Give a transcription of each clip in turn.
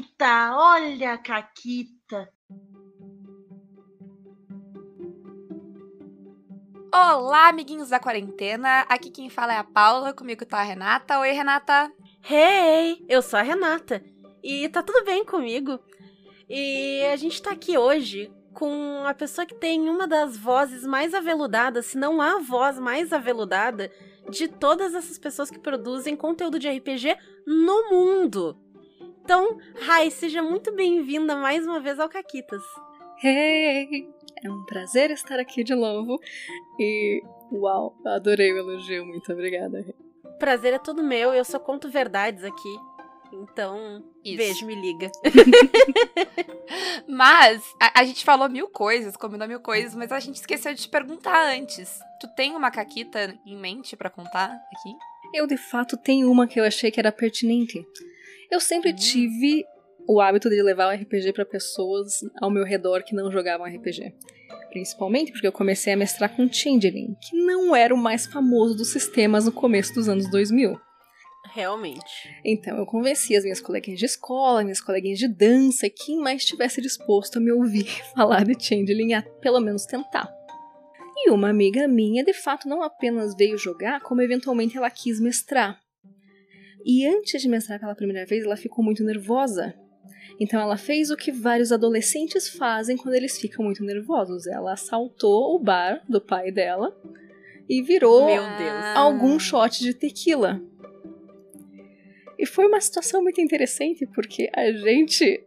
Caquita, olha a Caquita. Olá, amiguinhos da quarentena. Aqui quem fala é a Paula, comigo tá a Renata. Oi, Renata. Hey, eu sou a Renata. E tá tudo bem comigo? E a gente tá aqui hoje com a pessoa que tem uma das vozes mais aveludadas, se não a voz mais aveludada, de todas essas pessoas que produzem conteúdo de RPG no mundo. Então, Rai, seja muito bem-vinda mais uma vez ao Caquitas. Hey! É um prazer estar aqui de novo. E, uau, adorei o elogio, muito obrigada. Prazer é todo meu, eu só conto verdades aqui. Então, beijo, me liga. Mas, a gente falou mil coisas, combinou mil coisas, mas a gente esqueceu de te perguntar antes. Tu tem uma caquita em mente pra contar aqui? Eu, de fato, tenho uma que eu achei que era pertinente. Eu sempre tive o hábito de levar o RPG pra pessoas ao meu redor que não jogavam RPG. Principalmente porque eu comecei a mestrar com Changeling, que não era o mais famoso dos sistemas no começo dos anos 2000. Realmente. Então eu convenci as minhas coleguinhas de escola, minhas coleguinhas de dança, e quem mais estivesse disposto a me ouvir falar de Changeling, a pelo menos tentar. E uma amiga minha, de fato, não apenas veio jogar, como eventualmente ela quis mestrar. E antes de mestrar pela primeira vez, ela ficou muito nervosa. Então ela fez o que vários adolescentes fazem quando eles ficam muito nervosos. Ela assaltou o bar do pai dela e virou algum shot de tequila. E foi uma situação muito interessante, porque a gente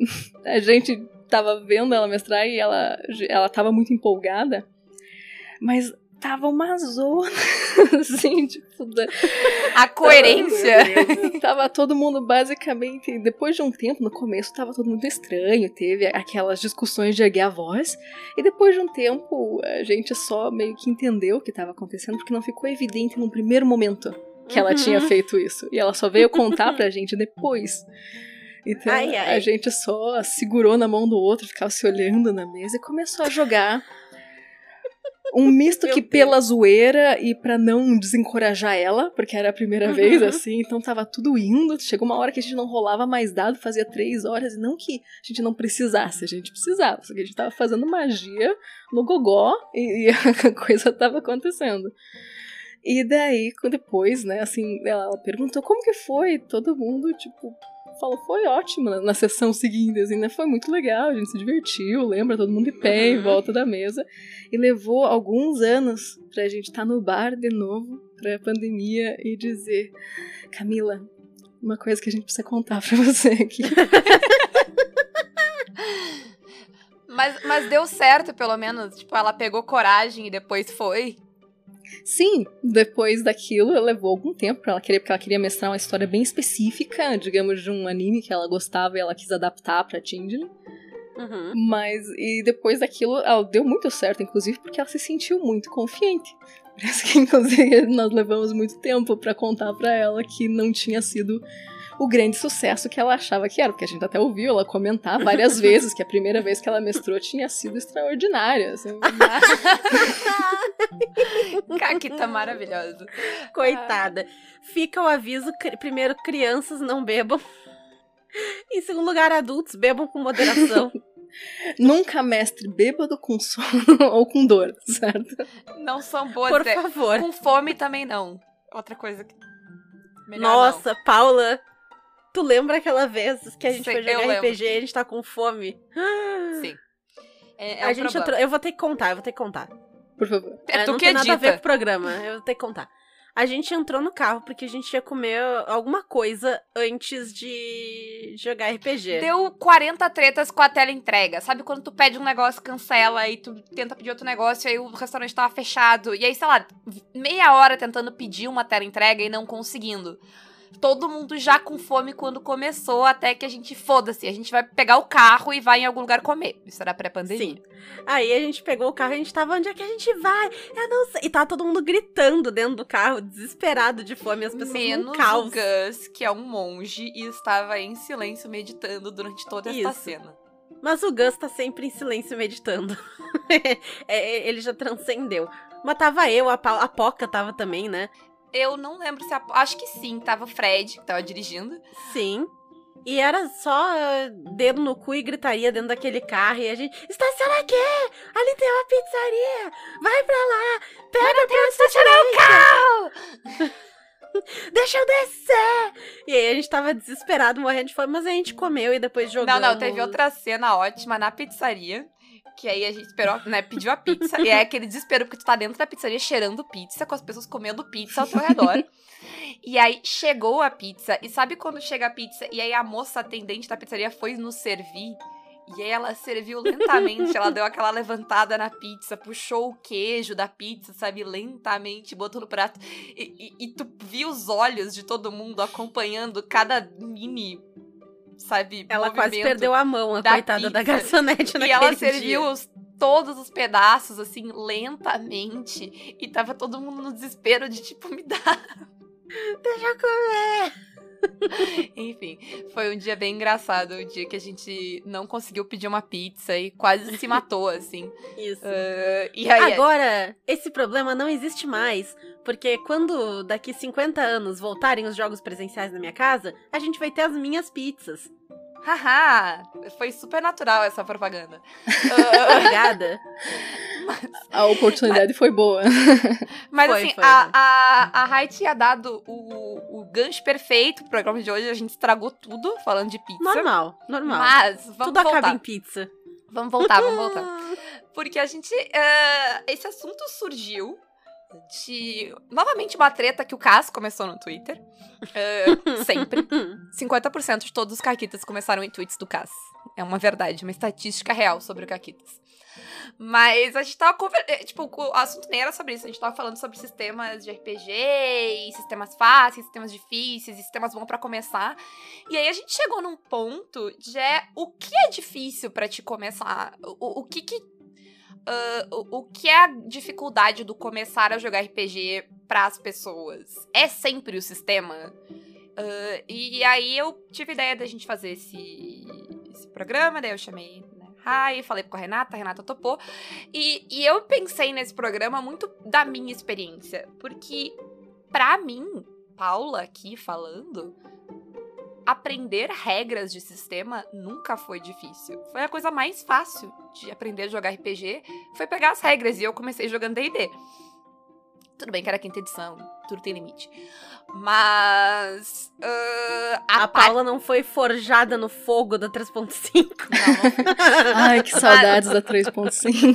tava vendo ela mestrar e ela tava muito empolgada, mas tava uma zona, assim, tipo... A coerência! Tava todo mundo basicamente... Depois de um tempo, no começo, tava todo muito estranho, teve aquelas discussões de erguer a voz, e depois de um tempo, a gente só meio que entendeu o que tava acontecendo, porque não ficou evidente no primeiro momento que ela tinha feito isso. E ela só veio contar pra gente depois. Então, a gente só segurou na mão do outro, ficava se olhando na mesa e começou a jogar... Um misto que pela zoeira e pra não desencorajar ela, porque era a primeira vez, assim, então tava tudo indo. Chegou uma hora que a gente não rolava mais dado, fazia 3 horas, e não que a gente não precisasse, a gente precisava, só que a gente tava fazendo magia no gogó e a coisa tava acontecendo. E daí, depois, né, assim, ela perguntou como que foi, todo mundo, tipo... Falou, foi ótimo na sessão seguinte, assim, né? Foi muito legal, a gente se divertiu, lembra? Todo mundo de pé em volta da mesa. E levou alguns anos pra gente estar no bar de novo, pra pandemia, e dizer: Camila, uma coisa que a gente precisa contar pra você aqui. Mas deu certo, pelo menos. Tipo, ela pegou coragem e depois foi. Sim, depois daquilo levou algum tempo pra ela querer, porque ela queria mestrar uma história bem específica, digamos, de um anime que ela gostava e ela quis adaptar pra Changeling. Mas, e depois daquilo, ela deu muito certo, inclusive, porque ela se sentiu muito confiante. Por isso que, inclusive, nós levamos muito tempo pra contar pra ela que não tinha sido o grande sucesso que ela achava que era, porque a gente até ouviu ela comentar várias vezes que a primeira vez que ela mestrou tinha sido extraordinária. Assim. Caquita maravilhosa. Coitada. Fica o aviso, primeiro, crianças não bebam. Em segundo lugar, adultos bebam com moderação. Nunca mestre bêbado com sono ou com dor, certo? Não são boas. Por favor. Com fome também não. Outra coisa que... Nossa, não. Paula, tu lembra aquela vez que a gente foi jogar RPG e a gente tá com fome? Sim. A gente entrou... Eu vou ter que contar. Por favor. Não tem nada a ver com o programa, eu vou ter que contar. A gente entrou no carro porque a gente ia comer alguma coisa antes de jogar RPG. Deu 40 tretas com a teleentrega. Sabe quando tu pede um negócio, cancela, e tu tenta pedir outro negócio, e aí o restaurante tava fechado. E aí, sei lá, meia hora tentando pedir uma teleentrega e não conseguindo. Todo mundo já com fome quando começou, até que a gente, foda-se, a gente vai pegar o carro e vai em algum lugar comer. Isso era pré-pandemia. Sim. Aí a gente pegou o carro e a gente tava, onde é que a gente vai? Eu não sei. E tava todo mundo gritando dentro do carro, desesperado de fome, as pessoas no caos. Menos o Gus, que é um monge, e estava em silêncio meditando durante toda esta cena. Mas o Gus tá sempre em silêncio meditando. Ele já transcendeu. Mas tava eu, a Poca tava também, né? Eu não lembro se acho que sim, tava o Fred, que tava dirigindo. Sim. E era só dedo no cu e gritaria dentro daquele carro. E a gente, estaciona aqui! Ali tem uma pizzaria! Vai pra lá! Pega pra estacionar o carro! Deixa eu descer! E aí a gente tava desesperado, morrendo de fome, mas a gente comeu e depois jogamos. Não, teve outra cena ótima na pizzaria. Que aí a gente esperou, né, pediu a pizza. E é aquele desespero, porque tu tá dentro da pizzaria cheirando pizza, com as pessoas comendo pizza ao teu redor. E aí chegou a pizza. E sabe quando chega a pizza e aí a moça atendente da pizzaria foi nos servir? E aí ela serviu lentamente, ela deu aquela levantada na pizza, puxou o queijo da pizza, sabe, lentamente, botou no prato. E tu viu os olhos de todo mundo acompanhando cada mini, sabe, ela movimento quase perdeu a mão, a da coitada da pizza. garçonete naquele E ela dia. serviu todos os pedaços, assim, lentamente. E tava todo mundo no desespero de, tipo, me dar. Deixa eu comer! Enfim, foi um dia bem engraçado. O dia que a gente não conseguiu pedir uma pizza e quase se matou, assim. Isso. E aí, Agora, esse problema não existe mais, porque quando daqui 50 anos voltarem os jogos presenciais na minha casa, a gente vai ter as minhas pizzas. haha, foi super natural essa propaganda. Obrigada. A oportunidade foi boa. Mas Foi, assim, foi. a Rai tinha dado o gancho perfeito pro programa de hoje, a gente estragou tudo falando de pizza. Normal. Mas vamos Tudo voltar. acaba em pizza. Vamos voltar. Porque a gente... esse assunto surgiu de... Novamente uma treta que o Cass começou no Twitter. Sempre. 50% de todos os caquitas começaram em tweets do Cass. É uma verdade, uma estatística real sobre o caquitas. Mas a gente tava tipo, o assunto nem era sobre isso. A gente tava falando sobre sistemas de RPG, e sistemas fáceis, sistemas difíceis, e sistemas bons pra começar. E aí a gente chegou num ponto de o que é difícil pra te começar? O que é a dificuldade do começar a jogar RPG pras pessoas? É sempre o sistema? E aí eu tive a ideia da gente fazer esse programa, daí eu chamei Rai, falei com a Renata topou. E eu pensei nesse programa muito da minha experiência, porque pra mim, Paula aqui falando, aprender regras de sistema nunca foi difícil. Foi a coisa mais fácil de aprender a jogar RPG, foi pegar as regras, e eu comecei jogando D&D. Tudo bem que era quinta edição, tudo tem limite. Mas... a Paula não foi forjada no fogo da 3.5. Não foi. Ai, que saudades da 3.5.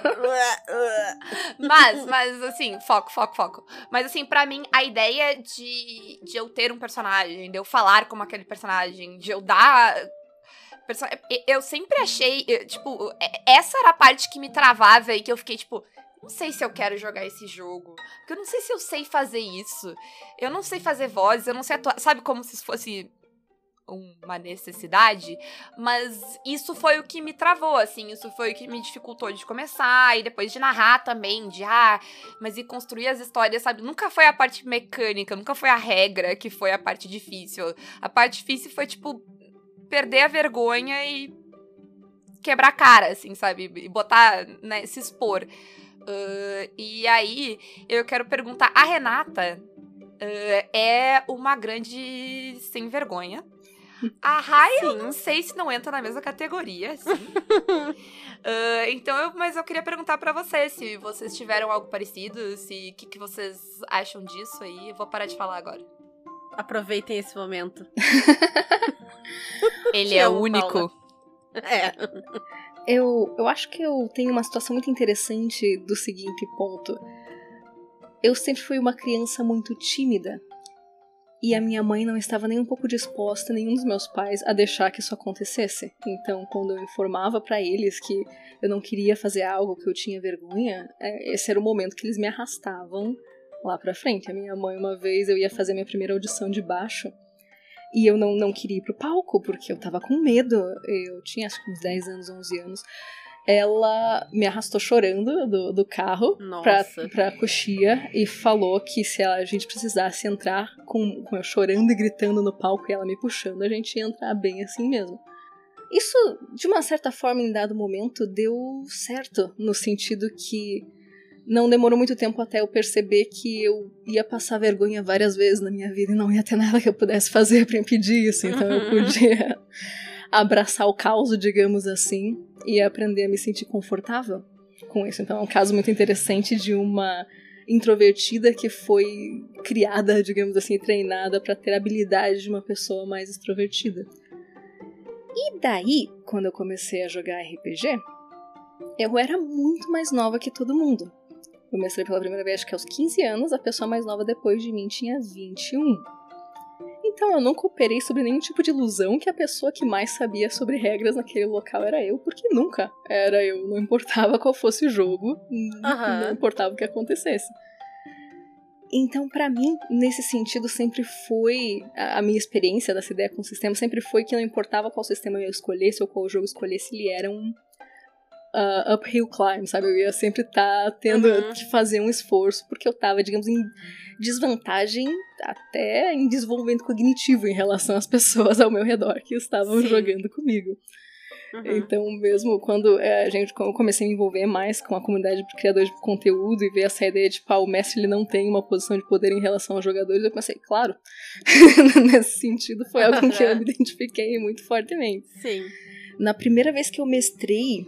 Mas, assim, foco. Mas, assim, pra mim, a ideia de eu ter um personagem, de eu falar como aquele personagem, de eu dar... Eu sempre achei, tipo, essa era a parte que me travava e que eu fiquei, tipo... Não sei se eu quero jogar esse jogo. Porque eu não sei se eu sei fazer isso. Eu não sei fazer vozes, eu não sei atuar. Sabe, como se fosse uma necessidade? Mas isso foi o que me travou, assim. Isso foi o que me dificultou de começar. E depois de narrar também. Mas e construir as histórias, sabe? Nunca foi a parte mecânica, nunca foi a regra que foi a parte difícil. A parte difícil foi, tipo, perder a vergonha e quebrar a cara, assim, sabe? E botar, né, se expor. E aí, eu quero perguntar, a Renata é uma grande sem vergonha. A Rai, eu não sei se não entra na mesma categoria, assim. Mas eu queria perguntar pra vocês, se vocês tiveram algo parecido, o que vocês acham disso aí. Eu vou parar de falar agora. Aproveitem esse momento. Ele é único. Paula. Eu acho que eu tenho uma situação muito interessante do seguinte ponto. Eu sempre fui uma criança muito tímida. E a minha mãe não estava nem um pouco disposta, nenhum dos meus pais, a deixar que isso acontecesse. Então, quando eu informava pra eles que eu não queria fazer algo, que eu tinha vergonha, esse era o momento que eles me arrastavam lá pra frente. A minha mãe, uma vez, eu ia fazer minha primeira audição de baixo. E eu não queria ir pro palco, porque eu tava com medo. Eu tinha acho que uns 10 anos, 11 anos. Ela me arrastou chorando do carro pra coxia e falou que se a gente precisasse entrar com eu chorando e gritando no palco e ela me puxando, a gente ia entrar bem assim mesmo. Isso, de uma certa forma, em dado momento, deu certo, no sentido que Não demorou muito tempo até eu perceber que eu ia passar vergonha várias vezes na minha vida e não ia ter nada que eu pudesse fazer pra impedir isso. Então eu podia abraçar o caos, digamos assim, e aprender a me sentir confortável com isso. Então é um caso muito interessante de uma introvertida que foi criada, digamos assim, treinada pra ter a habilidade de uma pessoa mais extrovertida. E daí, quando eu comecei a jogar RPG, eu era muito mais nova que todo mundo. Eu mestrei pela primeira vez, acho que aos 15 anos, a pessoa mais nova depois de mim tinha 21. Então eu nunca operei sobre nenhum tipo de ilusão que a pessoa que mais sabia sobre regras naquele local era eu, porque nunca era eu. Não importava qual fosse o jogo, não importava o que acontecesse. Então, pra mim, nesse sentido, sempre foi... A minha experiência dessa ideia com o sistema sempre foi que não importava qual sistema eu escolhesse ou qual jogo eu escolhesse, ele era um uphill climb, sabe? Eu ia sempre estar tendo que fazer um esforço, porque eu tava, digamos, em desvantagem, até em desenvolvimento cognitivo em relação às pessoas ao meu redor que estavam jogando comigo. Então, mesmo quando eu comecei a me envolver mais com a comunidade de criadores de conteúdo e ver essa ideia de, o mestre ele não tem uma posição de poder em relação aos jogadores, eu pensei, claro, nesse sentido foi algo com que eu me identifiquei muito fortemente. Sim. Na primeira vez que eu mestrei,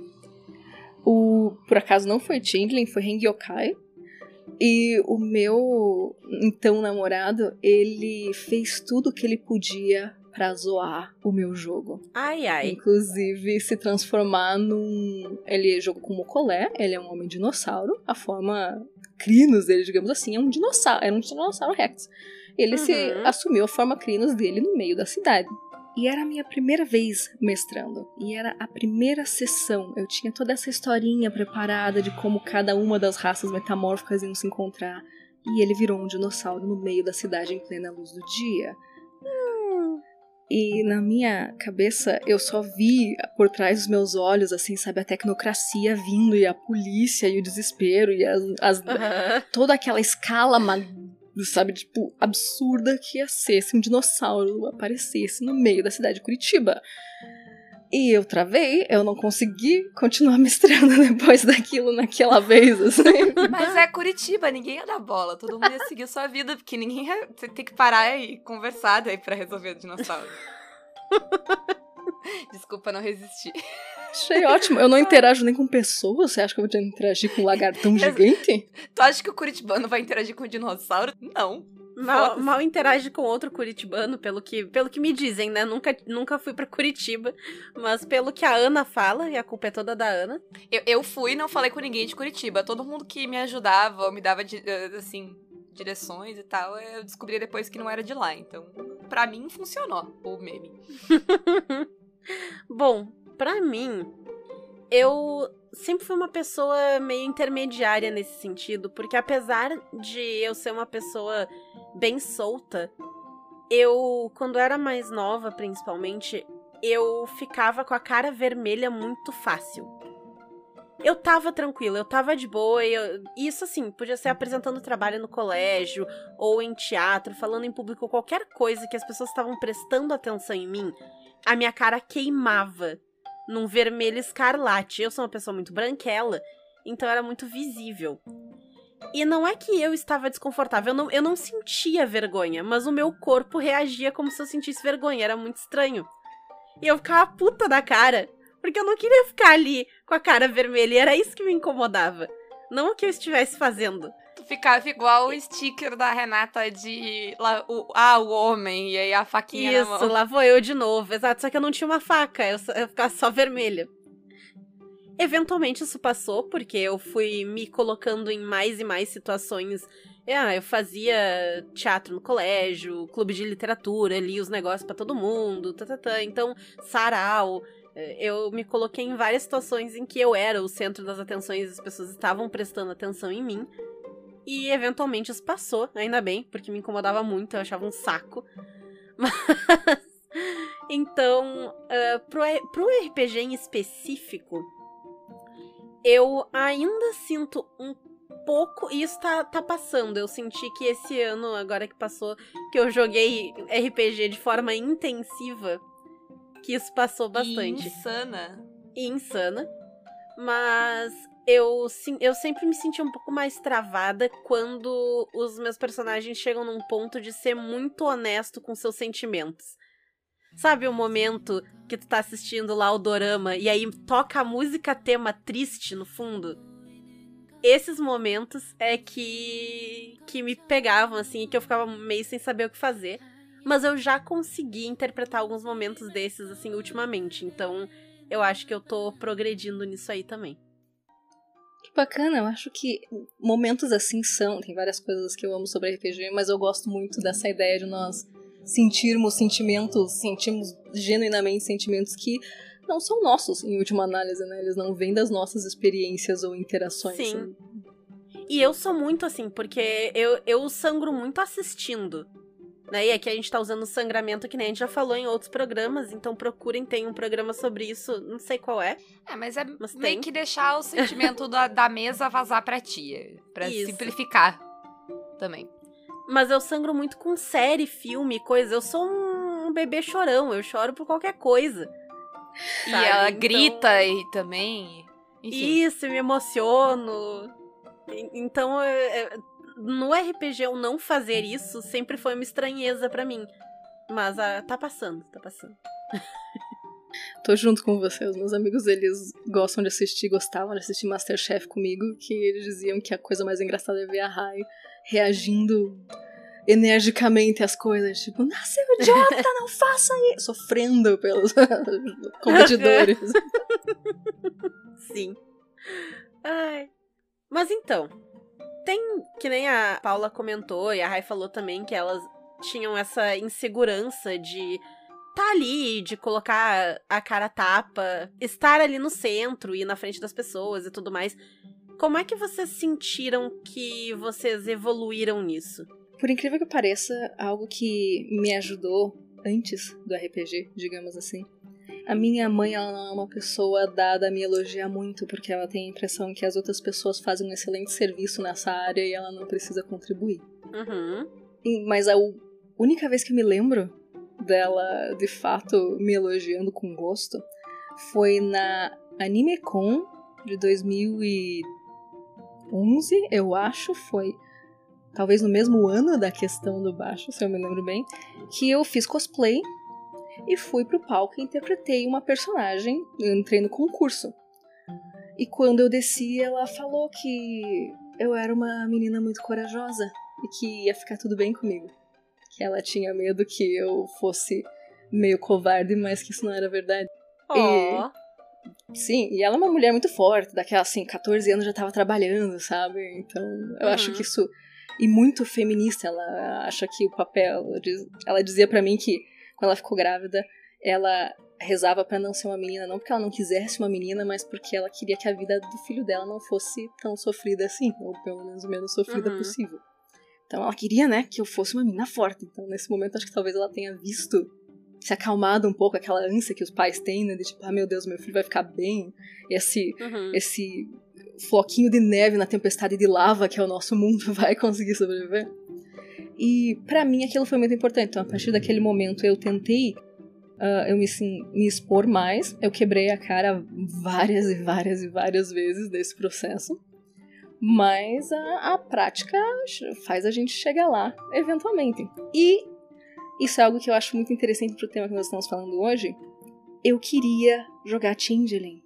por acaso não foi Changeling, foi Hengyokai, e o meu então namorado, ele fez tudo o que ele podia pra zoar o meu jogo. Ai, ai. Inclusive se transformar ele jogou com o Mokolé, ele é um homem dinossauro, a forma Crinos dele, digamos assim, era um dinossauro Rex. Ele se assumiu a forma Crinos dele no meio da cidade. E era a minha primeira vez mestrando. E era a primeira sessão. Eu tinha toda essa historinha preparada de como cada uma das raças metamórficas iam se encontrar. E ele virou um dinossauro no meio da cidade em plena luz do dia. E na minha cabeça eu só vi por trás dos meus olhos, assim, sabe, a tecnocracia vindo e a polícia e o desespero e toda aquela escala sabe, tipo, absurda que ia ser se um dinossauro aparecesse no meio da cidade de Curitiba. E eu travei, eu não consegui continuar mestrando depois daquilo naquela vez, assim. Mas é Curitiba, ninguém ia dar bola, todo mundo ia seguir a sua vida, porque ninguém ia... Você tem que parar e conversar daí pra resolver o dinossauro. Desculpa, não resisti. Achei ótimo, eu não interajo nem com pessoas, você acha que eu vou interagir com um lagartão gigante? Tu acha que o curitibano vai interagir com o dinossauro? Não. Mal interage com outro curitibano, pelo que me dizem, né? Nunca fui pra Curitiba, mas pelo que a Ana fala, e a culpa é toda da Ana. Eu fui e não falei com ninguém de Curitiba. Todo mundo que me ajudava, me dava, assim, direções e tal, eu descobri depois que não era de lá. Então, pra mim, funcionou o meme. Bom, pra mim, eu sempre fui uma pessoa meio intermediária nesse sentido, porque apesar de eu ser uma pessoa bem solta, quando era mais nova, principalmente, eu ficava com a cara vermelha muito fácil. Eu tava tranquila, eu tava de boa, isso assim, podia ser apresentando trabalho no colégio, ou em teatro, falando em público, qualquer coisa que as pessoas estavam prestando atenção em mim, a minha cara queimava num vermelho escarlate. Eu sou uma pessoa muito branquela, então era muito visível. E não é que eu estava desconfortável, eu não sentia vergonha, mas o meu corpo reagia como se eu sentisse vergonha, era muito estranho. E eu ficava puta da cara, porque eu não queria ficar ali com a cara vermelha, e era isso que me incomodava, não o que eu estivesse fazendo. Tu ficava igual o sticker da Renata de o homem, e aí a faquinha na mão. Isso, lá vou eu de novo, exato, só que eu não tinha uma faca, eu ficava só vermelha. Eventualmente isso passou, porque eu fui me colocando em mais e mais situações. Eu fazia teatro no colégio, clube de literatura, li os negócios pra todo mundo, então sarau. Eu me coloquei em várias situações em que eu era o centro das atenções, as pessoas estavam prestando atenção em mim. E eventualmente isso passou, ainda bem, porque me incomodava muito, eu achava um saco. Mas... Então, pro RPG em específico, eu ainda sinto um pouco, e isso tá passando, eu senti que esse ano, agora que passou, que eu joguei RPG de forma intensiva, que isso passou bastante. E insana. Mas eu sempre me senti um pouco mais travada quando os meus personagens chegam num ponto de ser muito honesto com seus sentimentos. Sabe o momento que tu tá assistindo lá o dorama e aí toca a música tema triste no fundo? Esses momentos é que me pegavam, assim, e que eu ficava meio sem saber o que fazer. Mas eu já consegui interpretar alguns momentos desses, assim, ultimamente. Então, eu acho que eu tô progredindo nisso aí também. Que bacana, eu acho que momentos assim tem várias coisas que eu amo sobre RPG, mas eu gosto muito dessa ideia de nós sentirmos genuinamente sentimentos que não são nossos, em última análise, né? Eles não vêm das nossas experiências ou interações. Sim. E eu sou muito assim, porque eu sangro muito assistindo. Né? E aqui a gente tá usando sangramento que nem a gente já falou em outros programas, então procurem, tem um programa sobre isso, não sei qual é. Mas é mas meio tem. que deixar o sentimento da mesa vazar pra ti. Pra Isso. simplificar também. Mas eu sangro muito com série, filme, coisa. Eu sou um bebê chorão, eu choro por qualquer coisa. E sabe? ela Então, grita e também... Enfim. Isso, eu me emociono. Então, no RPG, eu não fazer isso sempre foi uma estranheza pra mim. Mas tá passando. Tô junto com vocês. Meus amigos, eles gostavam de assistir MasterChef comigo, que eles diziam que a coisa mais engraçada é ver a Rai reagindo energicamente às coisas. Tipo, nasceu idiota, não faça isso! Sofrendo pelos competidores. Sim. Ai. Mas então, tem, que nem a Paula comentou e a Rai falou também, que elas tinham essa insegurança de tá ali, de colocar a cara a tapa, estar ali no centro e na frente das pessoas e tudo mais. Como é que vocês sentiram que vocês evoluíram nisso? Por incrível que pareça, algo que me ajudou antes do RPG, digamos assim. A minha mãe, ela não é uma pessoa dada a me elogiar muito, porque ela tem a impressão que as outras pessoas fazem um excelente serviço nessa área e ela não precisa contribuir. Uhum. Mas a única vez que eu me lembro dela, de fato, me elogiando com gosto, foi na AnimeCon de 2011, eu acho, foi talvez no mesmo ano da questão do baixo, se eu me lembro bem, que eu fiz cosplay e fui pro palco e interpretei uma personagem. Eu entrei no concurso. E quando eu desci, ela falou que eu era uma menina muito corajosa e que ia ficar tudo bem comigo. Que ela tinha medo que eu fosse meio covarde, mas que isso não era verdade. Oh. Sim, e ela é uma mulher muito forte, daquela assim, 14 anos já tava trabalhando, sabe? Então, eu acho que isso... E muito feminista, ela acha que o papel... Ela dizia pra mim que quando ela ficou grávida, ela rezava pra não ser uma menina, não porque ela não quisesse uma menina, mas porque ela queria que a vida do filho dela não fosse tão sofrida assim, ou pelo menos o menos sofrida possível. Então ela queria, né, que eu fosse uma menina forte. Então nesse momento acho que talvez ela tenha visto, se acalmado um pouco aquela ânsia que os pais têm, né, de tipo, ah, meu Deus, meu filho vai ficar bem. Esse floquinho de neve na tempestade de lava que é o nosso mundo vai conseguir sobreviver. E pra mim aquilo foi muito importante. Então a partir daquele momento eu tentei me expor mais. Eu quebrei a cara várias vezes nesse processo. Mas a prática faz a gente chegar lá, eventualmente. E isso é algo que eu acho muito interessante pro tema que nós estamos falando hoje. Eu queria jogar Changeling.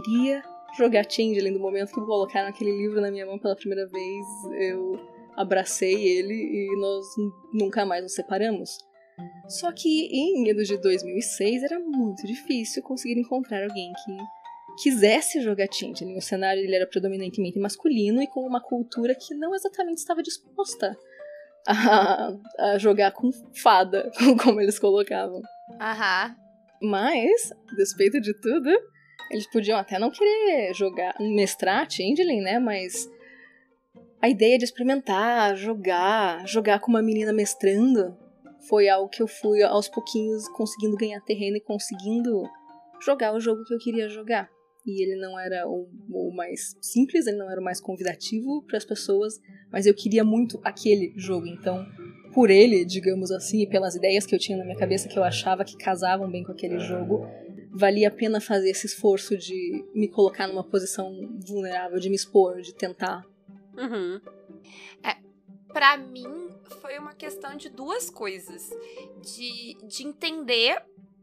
Do momento que colocaram aquele livro na minha mão pela primeira vez, eu abracei ele e nós nunca mais nos separamos. Só que em anos de 2006 era muito difícil conseguir encontrar alguém que quisesse jogar Changeling. O cenário ele era predominantemente masculino e com uma cultura que não exatamente estava disposta a jogar com fada, como eles colocavam. Aham. Mas, a despeito de tudo, eles podiam até não querer mestrar Changeling, né? Mas a ideia de experimentar, jogar com uma menina mestrando, foi algo que eu fui aos pouquinhos conseguindo ganhar terreno e conseguindo jogar o jogo que eu queria jogar. E ele não era o mais simples, ele não era o mais convidativo para as pessoas, mas eu queria muito aquele jogo. Então, por ele, digamos assim, e pelas ideias que eu tinha na minha cabeça que eu achava que casavam bem com aquele jogo, valia a pena fazer esse esforço de me colocar numa posição vulnerável, de me expor, de tentar. Uhum. Pra mim, foi uma questão de duas coisas. De entender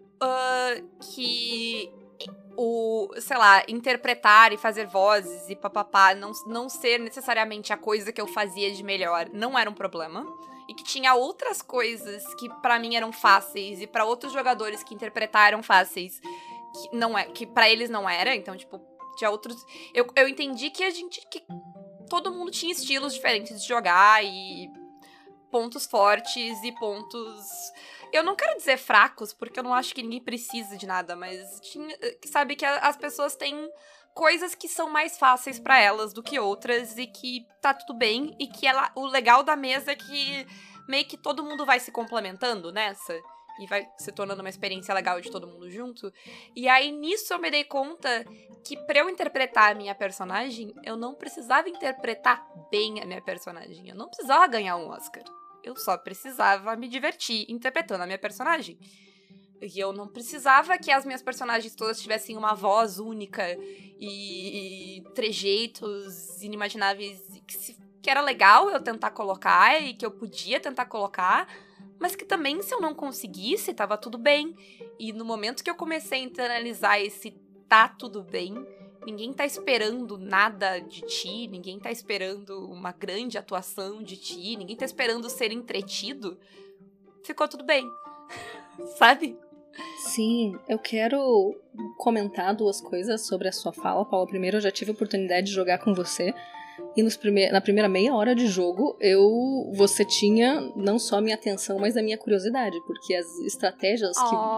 que sei lá, interpretar e fazer vozes e papapá não ser necessariamente a coisa que eu fazia de melhor não era um problema. E que tinha outras coisas que pra mim eram fáceis e pra outros jogadores que interpretaram fáceis que pra eles não era. Então, tipo, tinha outros... Eu entendi que que todo mundo tinha estilos diferentes de jogar e pontos fortes e pontos... Eu não quero dizer fracos, porque eu não acho que ninguém precisa de nada, mas sabe que as pessoas têm coisas que são mais fáceis pra elas do que outras e que tá tudo bem e que o legal da mesa é que meio que todo mundo vai se complementando nessa e vai se tornando uma experiência legal de todo mundo junto. E aí nisso eu me dei conta que pra eu interpretar a minha personagem, eu não precisava interpretar bem a minha personagem, eu não precisava ganhar um Oscar. Eu só precisava me divertir interpretando a minha personagem. E eu não precisava que as minhas personagens todas tivessem uma voz única e trejeitos inimagináveis que era legal eu tentar colocar e que eu podia tentar colocar, mas que também, se eu não conseguisse, tava tudo bem. E no momento que eu comecei a internalizar esse tá tudo bem, ninguém tá esperando nada de ti, ninguém tá esperando uma grande atuação de ti, ninguém tá esperando ser entretido, ficou tudo bem, sabe? Sim, eu quero comentar duas coisas sobre a sua fala, Paula. Primeiro, eu já tive a oportunidade de jogar com você, e na primeira meia hora de jogo, você tinha não só a minha atenção, mas a minha curiosidade, porque as estratégias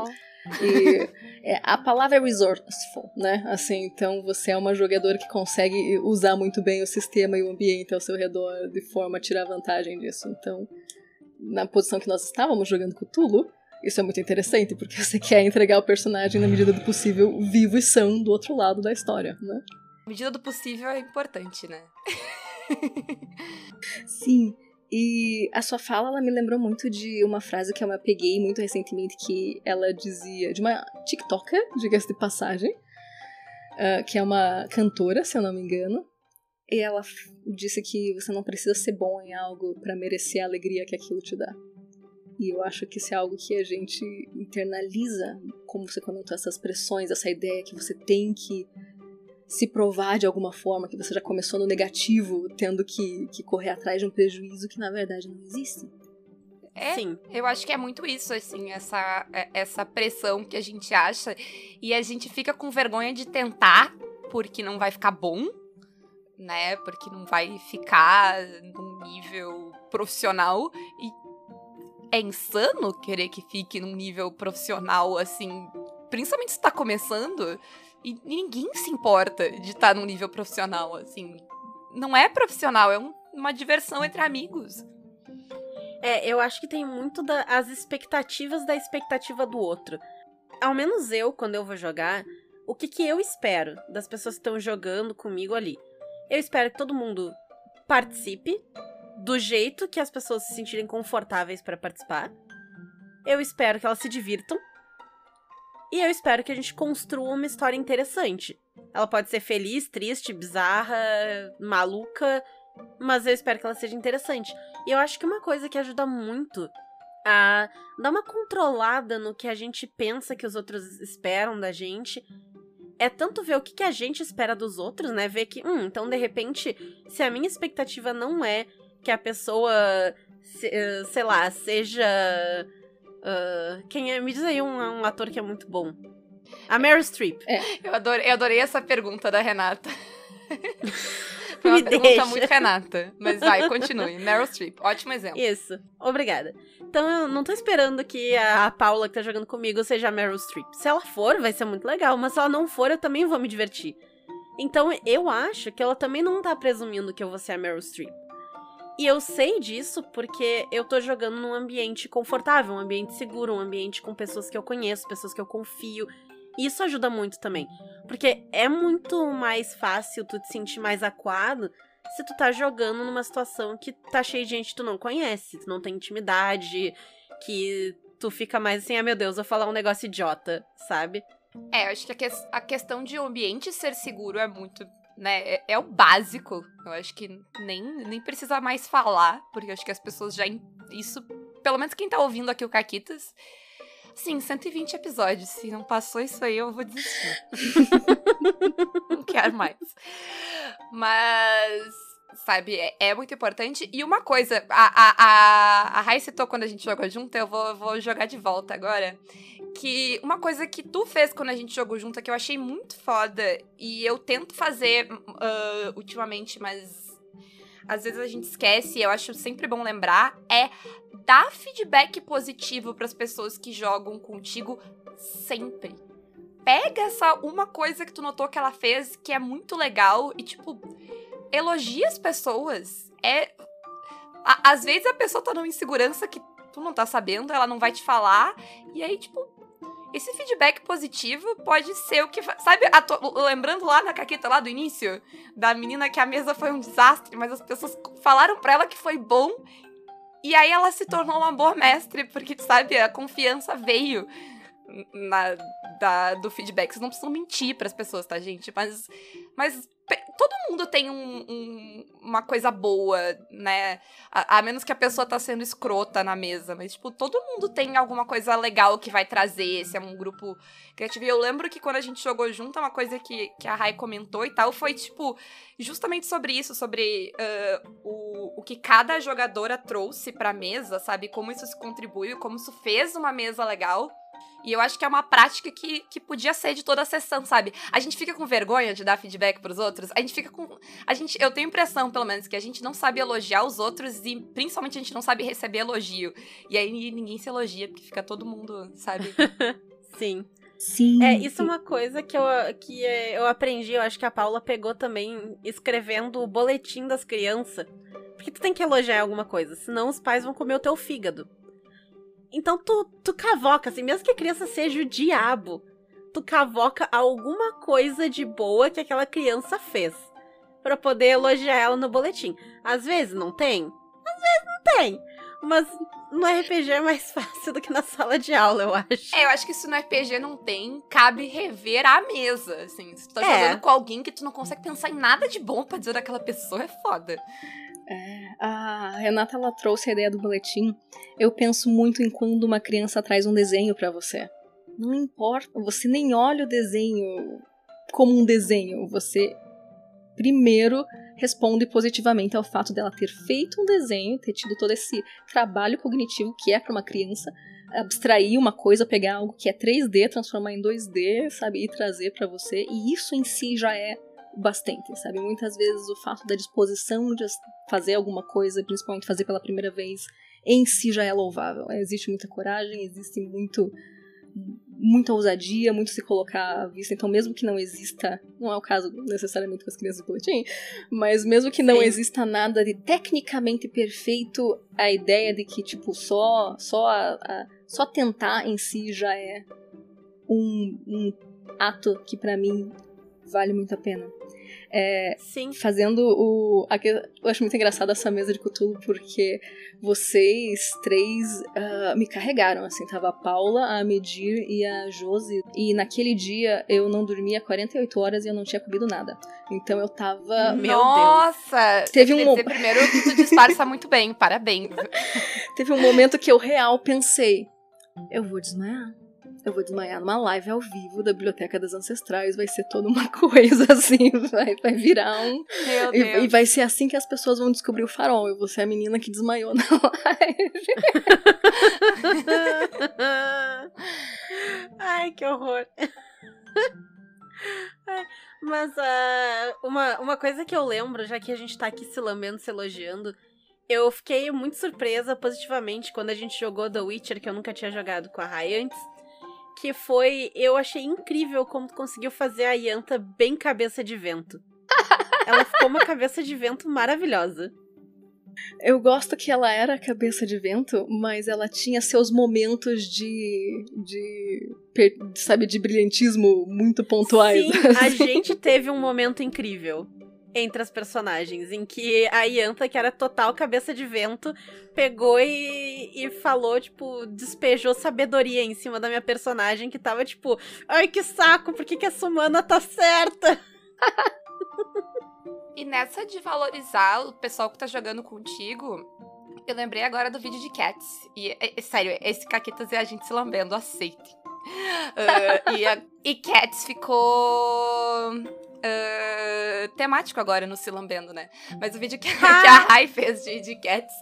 a palavra é resourceful, né? Assim, então você é uma jogadora que consegue usar muito bem o sistema e o ambiente ao seu redor de forma a tirar vantagem disso. Então, na posição que nós estávamos jogando Cthulhu, isso é muito interessante, porque você quer entregar o personagem na medida do possível vivo e são do outro lado da história, né? Medida do possível é importante, né? Sim. E a sua fala, ela me lembrou muito de uma frase que eu me apeguei muito recentemente, que ela dizia, de uma TikToker, diga-se de passagem, que é uma cantora, se eu não me engano, e ela disse que você não precisa ser bom em algo pra merecer a alegria que aquilo te dá. E eu acho que isso é algo que a gente internaliza, como você comentou, essas pressões, essa ideia que você tem que se provar de alguma forma, que você já começou no negativo, tendo que correr atrás de um prejuízo que na verdade não existe. Sim. Eu acho que é muito isso, assim, essa pressão que a gente acha, e a gente fica com vergonha de tentar, porque não vai ficar bom, né, porque não vai ficar num nível profissional, e é insano querer que fique num nível profissional, assim, principalmente se tá começando. E ninguém se importa de estar num nível profissional, assim. Não é profissional, é uma diversão entre amigos. Eu acho que tem muito as expectativas da expectativa do outro. Ao menos eu, quando eu vou jogar, o que eu espero das pessoas que estão jogando comigo ali? Eu espero que todo mundo participe do jeito que as pessoas se sentirem confortáveis para participar. Eu espero que elas se divirtam. E eu espero que a gente construa uma história interessante. Ela pode ser feliz, triste, bizarra, maluca, mas eu espero que ela seja interessante. E eu acho que uma coisa que ajuda muito a dar uma controlada no que a gente pensa que os outros esperam da gente é tanto ver o que a gente espera dos outros, né? Ver que, então de repente, se a minha expectativa não é que a pessoa, sei lá, seja... me diz aí um ator que é muito bom. A Meryl Streep. Eu adorei essa pergunta da Renata. Foi uma pergunta muito Renata. Mas vai, continue. Meryl Streep, ótimo exemplo. Isso, obrigada. Então eu não tô esperando que a Paula que tá jogando comigo seja a Meryl Streep. Se ela for, vai ser muito legal. Mas se ela não for, eu também vou me divertir. Então eu acho que ela também não tá presumindo que eu vou ser a Meryl Streep. E eu sei disso porque eu tô jogando num ambiente confortável, um ambiente seguro, um ambiente com pessoas que eu conheço, pessoas que eu confio. E isso ajuda muito também. Porque é muito mais fácil tu te sentir mais acuado se tu tá jogando numa situação que tá cheia de gente que tu não conhece, tu não tem intimidade, que tu fica mais assim, meu Deus, vou falar um negócio idiota, sabe? Eu acho que a questão de o ambiente ser seguro é muito, né, é o básico. Eu acho que nem precisa mais falar, porque eu acho que as pessoas já... Isso, pelo menos quem tá ouvindo aqui o Caquitas... Sim, 120 episódios. Se não passou isso aí, eu vou desistir. Não quero mais. Mas... Sabe, é muito importante. E uma coisa, a Rai citou quando a gente jogou junto, eu vou jogar de volta agora. Que uma coisa que tu fez quando a gente jogou junto, que eu achei muito foda, e eu tento fazer ultimamente, mas às vezes a gente esquece, e eu acho sempre bom lembrar, é dar feedback positivo pras pessoas que jogam contigo sempre. Pega essa uma coisa que tu notou que ela fez, que é muito legal, e tipo... Elogia as pessoas. Às vezes a pessoa tá numa insegurança que tu não tá sabendo, ela não vai te falar. E aí, tipo, esse feedback positivo pode ser o que... Sabe, lembrando lá na Caquita, lá do início, da menina que a mesa foi um desastre, mas as pessoas falaram pra ela que foi bom. E aí ela se tornou uma boa mestre, porque, sabe, a confiança veio do feedback. Vocês não precisam mentir pras pessoas, tá, gente? Mas todo mundo tem uma coisa boa, né? A menos que a pessoa tá sendo escrota na mesa. Mas, tipo, todo mundo tem alguma coisa legal que vai trazer. Se é um grupo criativo. E eu lembro que quando a gente jogou junto, uma coisa que a Rai comentou e tal, foi, tipo, justamente sobre isso. Sobre o que cada jogadora trouxe pra mesa, sabe? Como isso se contribuiu, como isso fez uma mesa legal. E eu acho que é uma prática que podia ser de toda a sessão, sabe? A gente fica com vergonha de dar feedback pros outros. Eu tenho impressão, pelo menos, que a gente não sabe elogiar os outros e, principalmente, a gente não sabe receber elogio. E aí ninguém se elogia, porque fica todo mundo, sabe? Sim. Sim. Isso é uma coisa que eu aprendi, eu acho que a Paula pegou também escrevendo o boletim das crianças. Porque tu tem que elogiar alguma coisa, senão os pais vão comer o teu fígado. Então tu cavoca, assim, mesmo que a criança seja o diabo, tu cavoca alguma coisa de boa que aquela criança fez pra poder elogiar ela no boletim. Às vezes não tem, mas no RPG é mais fácil do que na sala de aula, eu acho. Eu acho que se no RPG não tem, cabe rever a mesa, assim. Se tu tá jogando com alguém que tu não consegue pensar em nada de bom pra dizer daquela pessoa, é foda. A Renata, ela trouxe a ideia do boletim. Eu penso muito em quando uma criança traz um desenho pra você. Não importa, você nem olha o desenho como um desenho. Você primeiro responde positivamente ao fato dela ter feito um desenho, ter tido todo esse trabalho cognitivo que é pra uma criança abstrair uma coisa, pegar algo que é 3D, transformar em 2D, sabe, e trazer pra você. E isso em si já é bastante, sabe? Muitas vezes o fato da disposição de fazer alguma coisa, principalmente fazer pela primeira vez, em si já é louvável. Existe muita coragem, existe muita ousadia, muito se colocar à vista. Então, mesmo que não exista, não é o caso necessariamente com as crianças do boletim, mas mesmo que não exista nada de tecnicamente perfeito, a ideia de que, tipo, só tentar em si já é um ato que pra mim vale muito a pena. Sim. Fazendo eu acho muito engraçado essa mesa de Cthulhu, porque vocês três me carregaram, assim. Tava a Paula, a Medir e a Josi. E naquele dia eu não dormia 48 horas e eu não tinha comido nada. Então eu tava... Nossa! Teve primeiro que tu disfarça muito bem, parabéns. Teve um momento que eu real pensei, eu vou desmaiar numa live ao vivo da Biblioteca das Ancestrais, vai ser toda uma coisa assim, vai virar um... Meu Deus. E vai ser assim que as pessoas vão descobrir o farol, eu vou ser a menina que desmaiou na live. Ai, que horror. Mas uma coisa que eu lembro, já que a gente tá aqui se lambendo, se elogiando, eu fiquei muito surpresa positivamente quando a gente jogou The Witcher, que eu nunca tinha jogado com a Rai antes. Que foi... Eu achei incrível como tu conseguiu fazer a Yanta bem cabeça de vento. Ela ficou uma cabeça de vento maravilhosa. Eu gosto que ela era cabeça de vento, mas ela tinha seus momentos de brilhantismo muito pontuais. Sim, a gente teve um momento incrível. entre as personagens, em que a Yanta, que era total cabeça de vento, pegou e falou, tipo, despejou sabedoria em cima da minha personagem, que tava, tipo, ai, que saco, por que essa humana tá certa? E nessa de valorizar o pessoal que tá jogando contigo, eu lembrei agora do vídeo de Cats. E, sério, esse Caquetas é a gente se lambendo, aceite. E Cats ficou temático agora no Se Lambendo, né? Mas o vídeo que a Rai fez de Cats.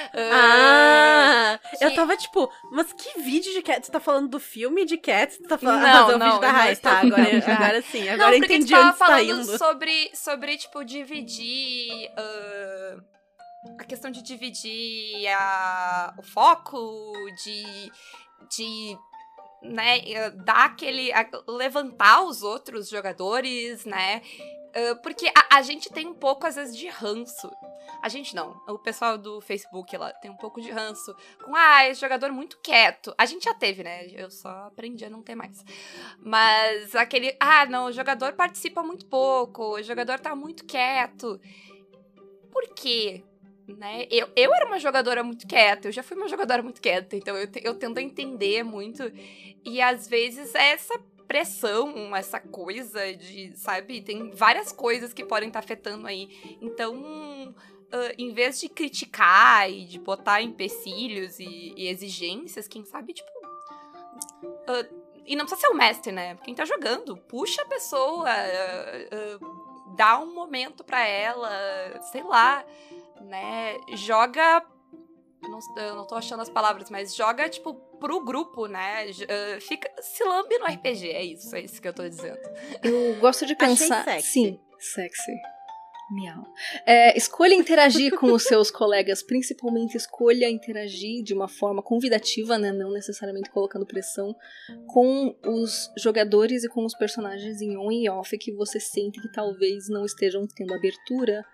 Eu tava tipo, mas que vídeo de Cats? Tu tá falando do filme de Cats? Tu tá falando Não, o vídeo da Rai? Tá, agora sim. Agora eu entendi onde tá indo. Sobre, tipo, dividir... a questão de dividir o foco, de né, dar aquele... levantar os outros jogadores, né? Porque a gente tem um pouco, às vezes, de ranço. A gente não. O pessoal do Facebook lá tem um pouco de ranço com, esse jogador muito quieto. A gente já teve, né? Eu só aprendi a não ter mais. Mas aquele, não, o jogador participa muito pouco, o jogador tá muito quieto. Por quê? Né? Eu era uma jogadora muito quieta, eu já fui uma jogadora muito quieta, então eu tento entender muito. E às vezes essa pressão, essa coisa de, sabe, tem várias coisas que podem estar afetando aí. Então, em vez de criticar e de botar empecilhos e exigências, quem sabe, tipo... e não precisa ser o mestre, né? Quem tá jogando, puxa a pessoa, dá um momento pra ela, sei lá, né? Joga... Eu não tô achando as palavras, mas joga, tipo, pro grupo, né? Se lambe no RPG, é isso que eu tô dizendo. Eu gosto de pensar... Achei sexy. Sim, sexy. Miau. Escolha interagir com os seus colegas, principalmente escolha interagir de uma forma convidativa, né? Não necessariamente colocando pressão, com os jogadores e com os personagens em on e off que você sente que talvez não estejam tendo abertura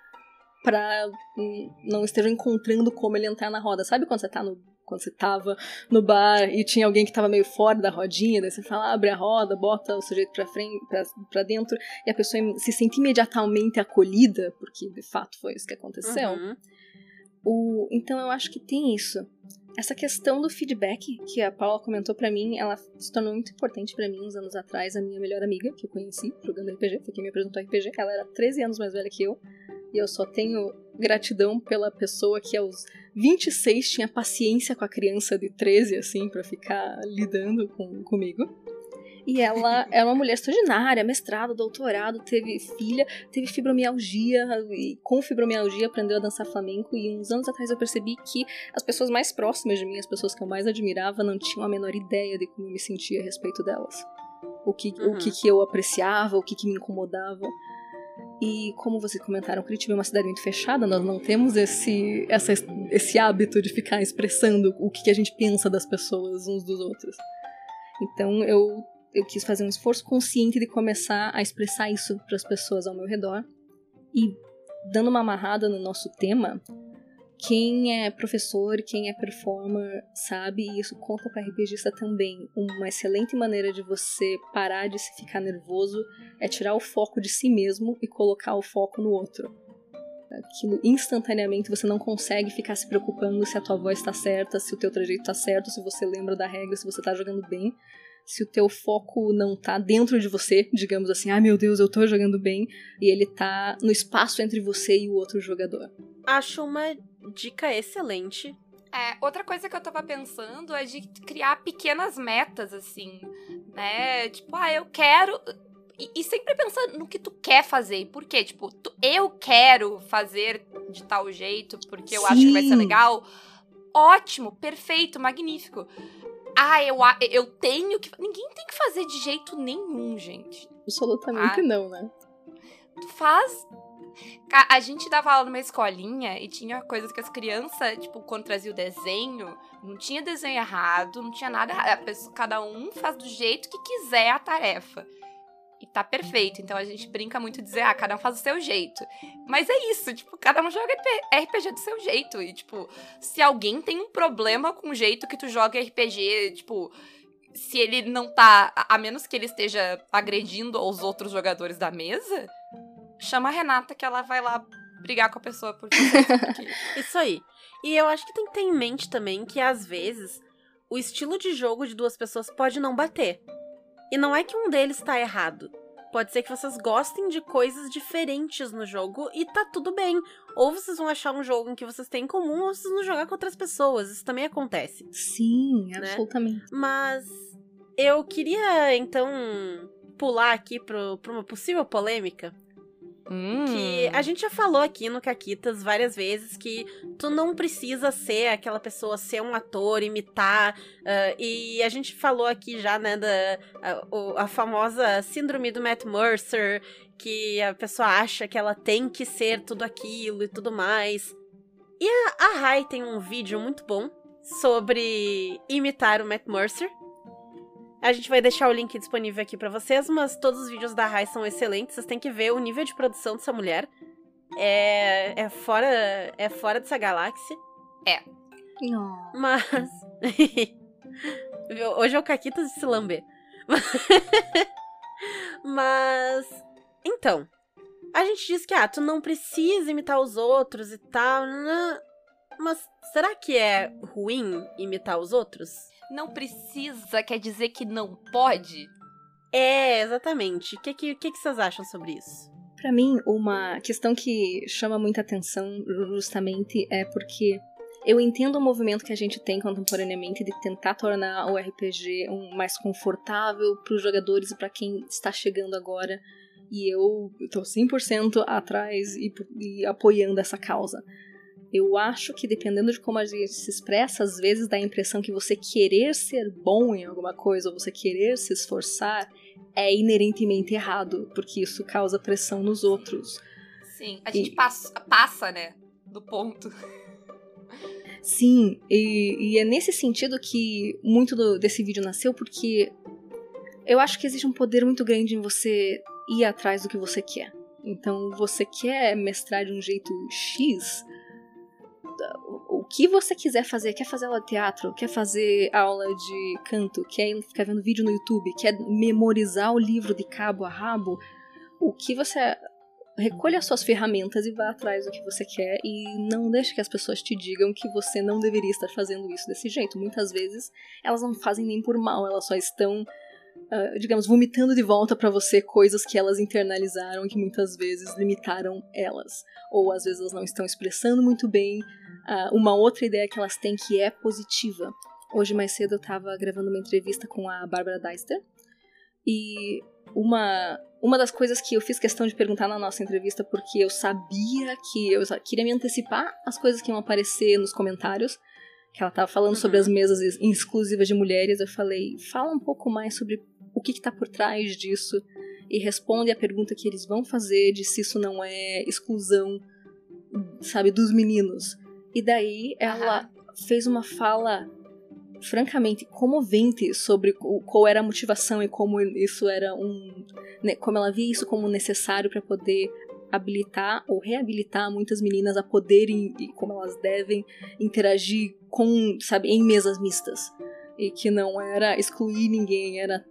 não estejam encontrando como ele entrar na roda. Sabe quando você tava no bar e tinha alguém que tava meio fora da rodinha, daí você fala, abre a roda, bota o sujeito pra frente, pra dentro, e a pessoa se sente imediatamente acolhida, porque de fato foi isso que aconteceu. Uhum. Então eu acho que tem isso. Essa questão do feedback que a Paula comentou pra mim, ela se tornou muito importante pra mim uns anos atrás. A minha melhor amiga, que eu conheci jogando RPG, foi quem me apresentou RPG, ela era 13 anos mais velha que eu, e eu só tenho gratidão pela pessoa que aos 26 tinha paciência com a criança de 13, assim, pra ficar lidando comigo. E ela era uma mulher extraordinária, mestrado, doutorado, teve filha, teve fibromialgia, e com fibromialgia aprendeu a dançar flamenco, e uns anos atrás eu percebi que as pessoas mais próximas de mim, as pessoas que eu mais admirava, não tinham a menor ideia de como eu me sentia a respeito delas. O que eu apreciava, o que me incomodava. E como vocês comentaram, Curitiba é uma cidade muito fechada, nós não temos esse hábito de ficar expressando o que a gente pensa das pessoas uns dos outros. Então eu quis fazer um esforço consciente de começar a expressar isso para as pessoas ao meu redor. E dando uma amarrada no nosso tema, quem é professor, quem é performer, sabe, e isso conta para RPGista também. Uma excelente maneira de você parar de se ficar nervoso é tirar o foco de si mesmo e colocar o foco no outro. Aquilo, instantaneamente você não consegue ficar se preocupando se a tua voz tá certa, se o teu trajeto tá certo, se você lembra da regra, se você tá jogando bem. Se o teu foco não tá dentro de você, digamos assim, meu Deus, eu tô jogando bem, e ele tá no espaço entre você e o outro jogador. Acho uma dica excelente. Outra coisa que eu tava pensando é de criar pequenas metas, assim, né? Tipo, eu quero... E sempre pensando no que tu quer fazer. Por quê? Tipo, eu quero fazer de tal jeito porque eu acho que vai ser legal. Ótimo, perfeito, magnífico. Eu tenho que... Ninguém tem que fazer de jeito nenhum, gente. Absolutamente não, né? Tu faz... A gente dava aula numa escolinha e tinha coisas que as crianças, tipo, quando trazia o desenho, não tinha desenho errado, não tinha nada errado. Cada um faz do jeito que quiser a tarefa. E tá perfeito. Então a gente brinca muito de dizer, cada um faz do seu jeito. Mas é isso, tipo, cada um joga RPG do seu jeito. E, tipo, se alguém tem um problema com o jeito que tu joga RPG, tipo, se ele não tá... A menos que ele esteja agredindo aos outros jogadores da mesa, chama a Renata que ela vai lá brigar com a pessoa por você. Porque... Isso aí. E eu acho que tem que ter em mente também que, às vezes, o estilo de jogo de duas pessoas pode não bater. E não é que um deles tá errado. Pode ser que vocês gostem de coisas diferentes no jogo e tá tudo bem. Ou vocês vão achar um jogo em que vocês têm em comum, ou vocês vão jogar com outras pessoas. Isso também acontece. Sim, né? absolutamente. Mas eu queria, então, pular aqui pra uma possível polêmica. Que a gente já falou aqui no Caquitas várias vezes que tu não precisa ser aquela pessoa, ser um ator, imitar. E a gente falou aqui já, né, a famosa síndrome do Matt Mercer, que a pessoa acha que ela tem que ser tudo aquilo e tudo mais. E a Rai tem um vídeo muito bom sobre imitar o Matt Mercer. A gente vai deixar o link disponível aqui pra vocês, mas todos os vídeos da Rai são excelentes. Vocês têm que ver o nível de produção dessa mulher. É fora dessa galáxia. É. Oh. Mas... Hoje é o Caquitas de se lamber. Mas... Então, a gente diz que, tu não precisa imitar os outros e tal. Mas será que é ruim imitar os outros? Não precisa, quer dizer que não pode? É, exatamente. O que vocês acham sobre isso? Pra mim, uma questão que chama muita atenção justamente é porque eu entendo o movimento que a gente tem contemporaneamente de tentar tornar o RPG mais confortável para os jogadores e para quem está chegando agora. E eu tô 100% atrás e apoiando essa causa. Eu acho que dependendo de como a gente se expressa, às vezes dá a impressão que você querer ser bom em alguma coisa, ou você querer se esforçar, é inerentemente errado, porque isso causa pressão nos outros. Sim, a gente passa, né, do ponto. Sim, e é nesse sentido que muito desse vídeo nasceu, porque eu acho que existe um poder muito grande em você ir atrás do que você quer. Então, você quer mestrar de um jeito X... O que você quiser fazer, quer fazer aula de teatro, quer fazer aula de canto, quer ficar vendo vídeo no YouTube, quer memorizar o livro de cabo a rabo, o que você... Recolha as suas ferramentas e vá atrás do que você quer e não deixe que as pessoas te digam que você não deveria estar fazendo isso desse jeito. Muitas vezes elas não fazem nem por mal, elas só estão, digamos, vomitando de volta pra você coisas que elas internalizaram e que muitas vezes limitaram elas. Ou às vezes elas não estão expressando muito bem uma outra ideia que elas têm que é positiva. Hoje mais cedo eu estava gravando uma entrevista com a Bárbara Deister e uma das coisas que eu fiz questão de perguntar na nossa entrevista, porque eu sabia que eu queria me antecipar as coisas que iam aparecer nos comentários, que ela estava falando sobre as mesas exclusivas de mulheres, eu falei, fala um pouco mais sobre o que está por trás disso e responde a pergunta que eles vão fazer de se isso não é exclusão, sabe, dos meninos. E daí ela fez uma fala francamente comovente sobre qual era a motivação e como isso era como ela via isso como necessário para poder habilitar ou reabilitar muitas meninas a poderem e como elas devem interagir com, sabe, em mesas mistas. E que não era excluir ninguém, era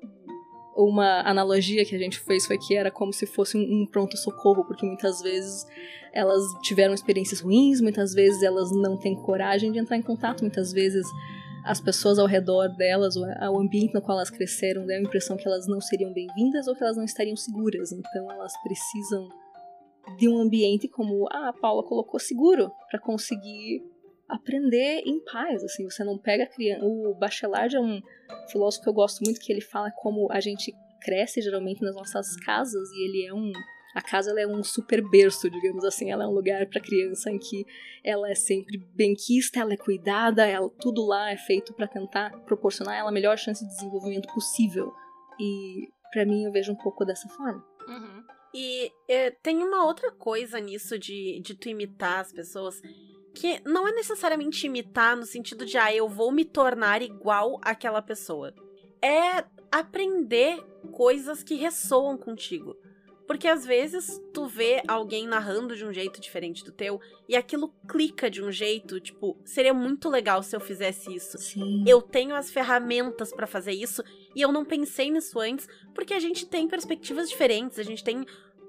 uma analogia que a gente fez foi que era como se fosse um pronto-socorro, porque muitas vezes elas tiveram experiências ruins, muitas vezes elas não têm coragem de entrar em contato, muitas vezes as pessoas ao redor delas, o ambiente no qual elas cresceram, dão a impressão que elas não seriam bem-vindas ou que elas não estariam seguras, então elas precisam de um ambiente como a Paula colocou, seguro, para conseguir aprender em paz, assim, você não pega a criança. O Bachelard é um filósofo que eu gosto muito, que ele fala como a gente cresce geralmente nas nossas casas e ele é a casa ela é um super berço, digamos assim, ela é um lugar para criança em que ela é sempre benquista, ela é cuidada, tudo lá é feito para tentar proporcionar ela a melhor chance de desenvolvimento possível. E para mim eu vejo um pouco dessa forma. Uhum. E tem uma outra coisa nisso de tu imitar as pessoas, que não é necessariamente imitar no sentido de, eu vou me tornar igual àquela pessoa. É aprender coisas que ressoam contigo. Porque às vezes tu vê alguém narrando de um jeito diferente do teu e aquilo clica de um jeito, tipo, seria muito legal se eu fizesse isso. Sim. Eu tenho as ferramentas pra fazer isso e eu não pensei nisso antes, porque a gente tem perspectivas diferentes, a gente tem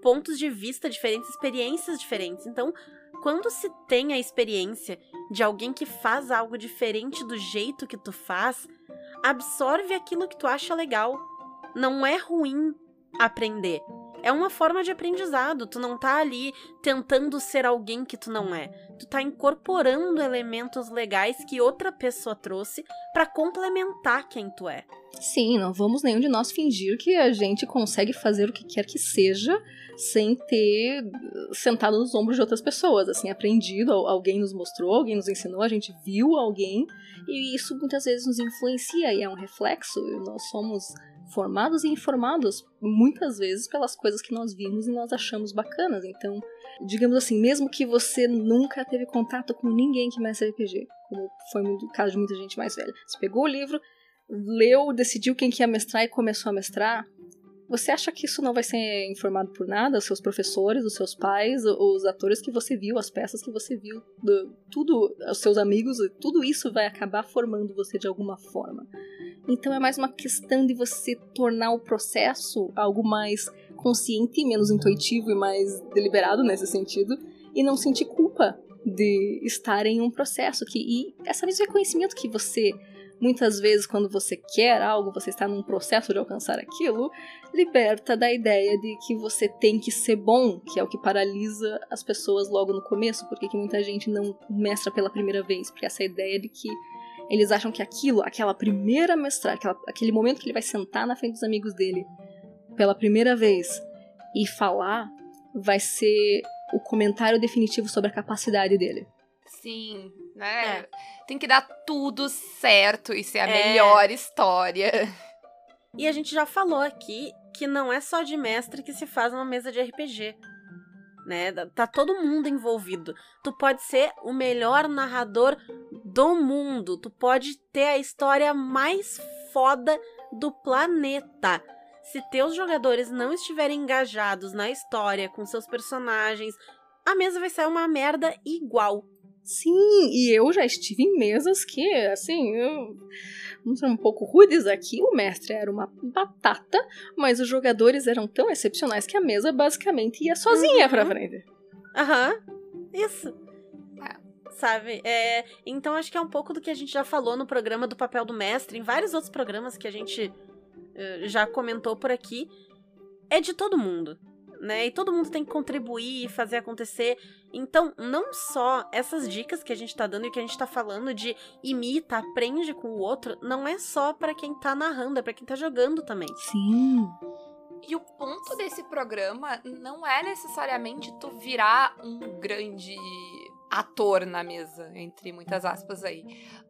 pontos de vista diferentes, experiências diferentes. Então, quando se tem a experiência de alguém que faz algo diferente do jeito que tu faz, absorve aquilo que tu acha legal. Não é ruim aprender. É uma forma de aprendizado. Tu não tá ali tentando ser alguém que tu não é. Tu tá incorporando elementos legais que outra pessoa trouxe pra complementar quem tu é. Sim, não vamos nenhum de nós fingir que a gente consegue fazer o que quer que seja sem ter sentado nos ombros de outras pessoas, assim, aprendido, alguém nos mostrou, alguém nos ensinou, a gente viu alguém, e isso muitas vezes nos influencia, e é um reflexo, e nós somos formados e informados muitas vezes pelas coisas que nós vimos e nós achamos bacanas. Então, digamos assim, mesmo que você nunca teve contato com ninguém que mestre RPG, como foi o caso de muita gente mais velha, você pegou o livro, leu, decidiu quem que ia mestrar e começou a mestrar, você acha que isso não vai ser informado por nada? Os seus professores, os seus pais, os atores que você viu, as peças que você viu, tudo, os seus amigos, tudo isso vai acabar formando você de alguma forma. Então é mais uma questão de você tornar o processo algo mais consciente, menos intuitivo e mais deliberado nesse sentido, e não sentir culpa de estar em um processo. E esse mesmo reconhecimento que você, muitas vezes, quando você quer algo, você está num processo de alcançar aquilo, liberta da ideia de que você tem que ser bom, que é o que paralisa as pessoas logo no começo, porque que muita gente não mestra pela primeira vez, porque essa ideia de que eles acham que aquela primeira mestragem, aquele momento que ele vai sentar na frente dos amigos dele pela primeira vez e falar, vai ser o comentário definitivo sobre a capacidade dele. Sim, né? Tem que dar tudo certo e ser a melhor história. E a gente já falou aqui que não é só de mestre que se faz uma mesa de RPG. Né? Tá todo mundo envolvido. Tu pode ser o melhor narrador do mundo. Tu pode ter a história mais foda do planeta. Se teus jogadores não estiverem engajados na história, com seus personagens, a mesa vai ser uma merda igual. Sim, e eu já estive em mesas que, assim, vamos ser um pouco rudes aqui, o mestre era uma batata, mas os jogadores eram tão excepcionais que a mesa basicamente ia sozinha pra frente. Isso. Sabe? Então acho que é um pouco do que a gente já falou no programa do papel do mestre, em vários outros programas que a gente já comentou por aqui. É de todo mundo, né? E todo mundo tem que contribuir e fazer acontecer. Então, não só essas dicas que a gente tá dando e que a gente tá falando de imita, aprende com o outro, não é só pra quem tá narrando, é pra quem tá jogando também. Sim. E o ponto desse programa não é necessariamente tu virar um grande ator na mesa, entre muitas aspas aí.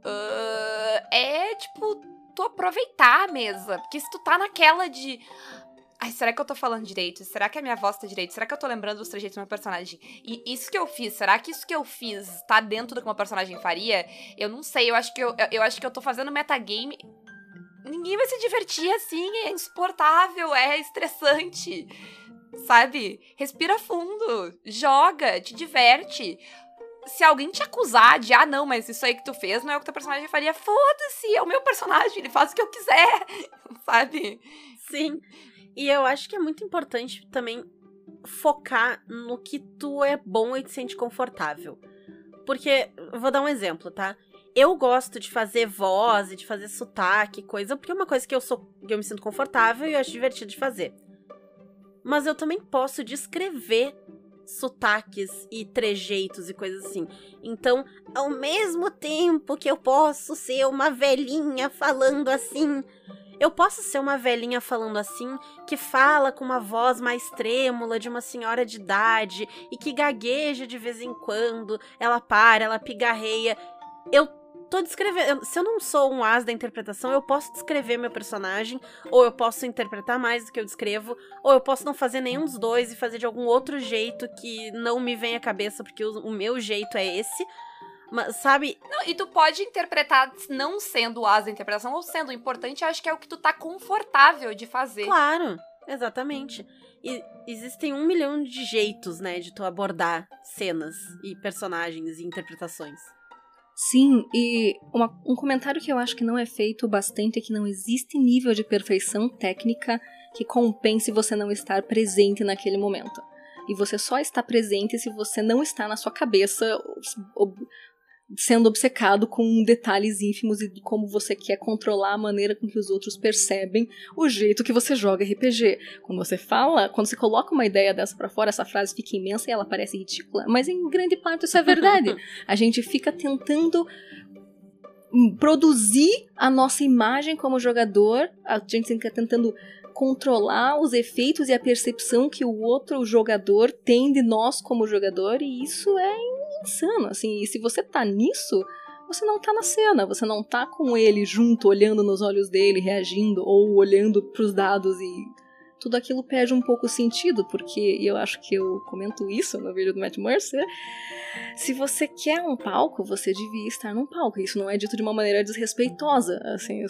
É, tipo, tu aproveitar a mesa. Porque se tu tá naquela de... Ai, será que eu tô falando direito? Será que a minha voz tá direito? Será que eu tô lembrando dos trejeitos do meu personagem? E isso que eu fiz, será que isso que eu fiz tá dentro do que uma personagem faria? Eu não sei, eu acho que eu tô fazendo metagame. Ninguém vai se divertir assim, é insuportável, é estressante, sabe? Respira fundo, joga, te diverte. Se alguém te acusar de, não, mas isso aí que tu fez não é o que teu personagem faria, foda-se, é o meu personagem, ele faz o que eu quiser, sabe? Sim. E eu acho que é muito importante também focar no que tu é bom e te sente confortável. Porque, eu vou dar um exemplo, tá? Eu gosto de fazer voz e de fazer sotaque, coisa, porque é uma coisa que eu me sinto confortável e eu acho divertido de fazer. Mas eu também posso descrever sotaques e trejeitos e coisas assim. Então, ao mesmo tempo que eu posso ser uma velhinha falando assim... Eu posso ser uma velhinha falando assim, que fala com uma voz mais trêmula de uma senhora de idade e que gagueja de vez em quando, ela pigarreia. Eu tô descrevendo... Se eu não sou um as da interpretação, eu posso descrever meu personagem, ou eu posso interpretar mais do que eu descrevo, ou eu posso não fazer nenhum dos dois e fazer de algum outro jeito que não me vem à cabeça, porque o meu jeito é esse... Mas, sabe? Não, e tu pode interpretar não sendo o as da interpretação ou sendo importante, eu acho que é o que tu tá confortável de fazer. Claro, exatamente. E existem 1 milhão de jeitos, né, de tu abordar cenas e personagens e interpretações. Sim, e um comentário que eu acho que não é feito bastante é que não existe nível de perfeição técnica que compense você não estar presente naquele momento. E você só está presente se você não está na sua cabeça sendo obcecado com detalhes ínfimos e de como você quer controlar a maneira com que os outros percebem o jeito que você joga RPG. Quando você fala, quando você coloca uma ideia dessa pra fora, essa frase fica imensa e ela parece ridícula, mas em grande parte isso é verdade. A gente fica tentando produzir a nossa imagem como jogador, a gente fica tentando controlar os efeitos e a percepção que o outro jogador tem de nós como jogador, e isso é insano, assim, e se você tá nisso, você não tá na cena, você não tá com ele junto, olhando nos olhos dele, reagindo, ou olhando pros dados, e tudo aquilo perde um pouco o sentido, porque eu acho que eu comento isso no vídeo do Matt Mercer, se você quer um palco, você devia estar num palco, isso não é dito de uma maneira desrespeitosa, assim,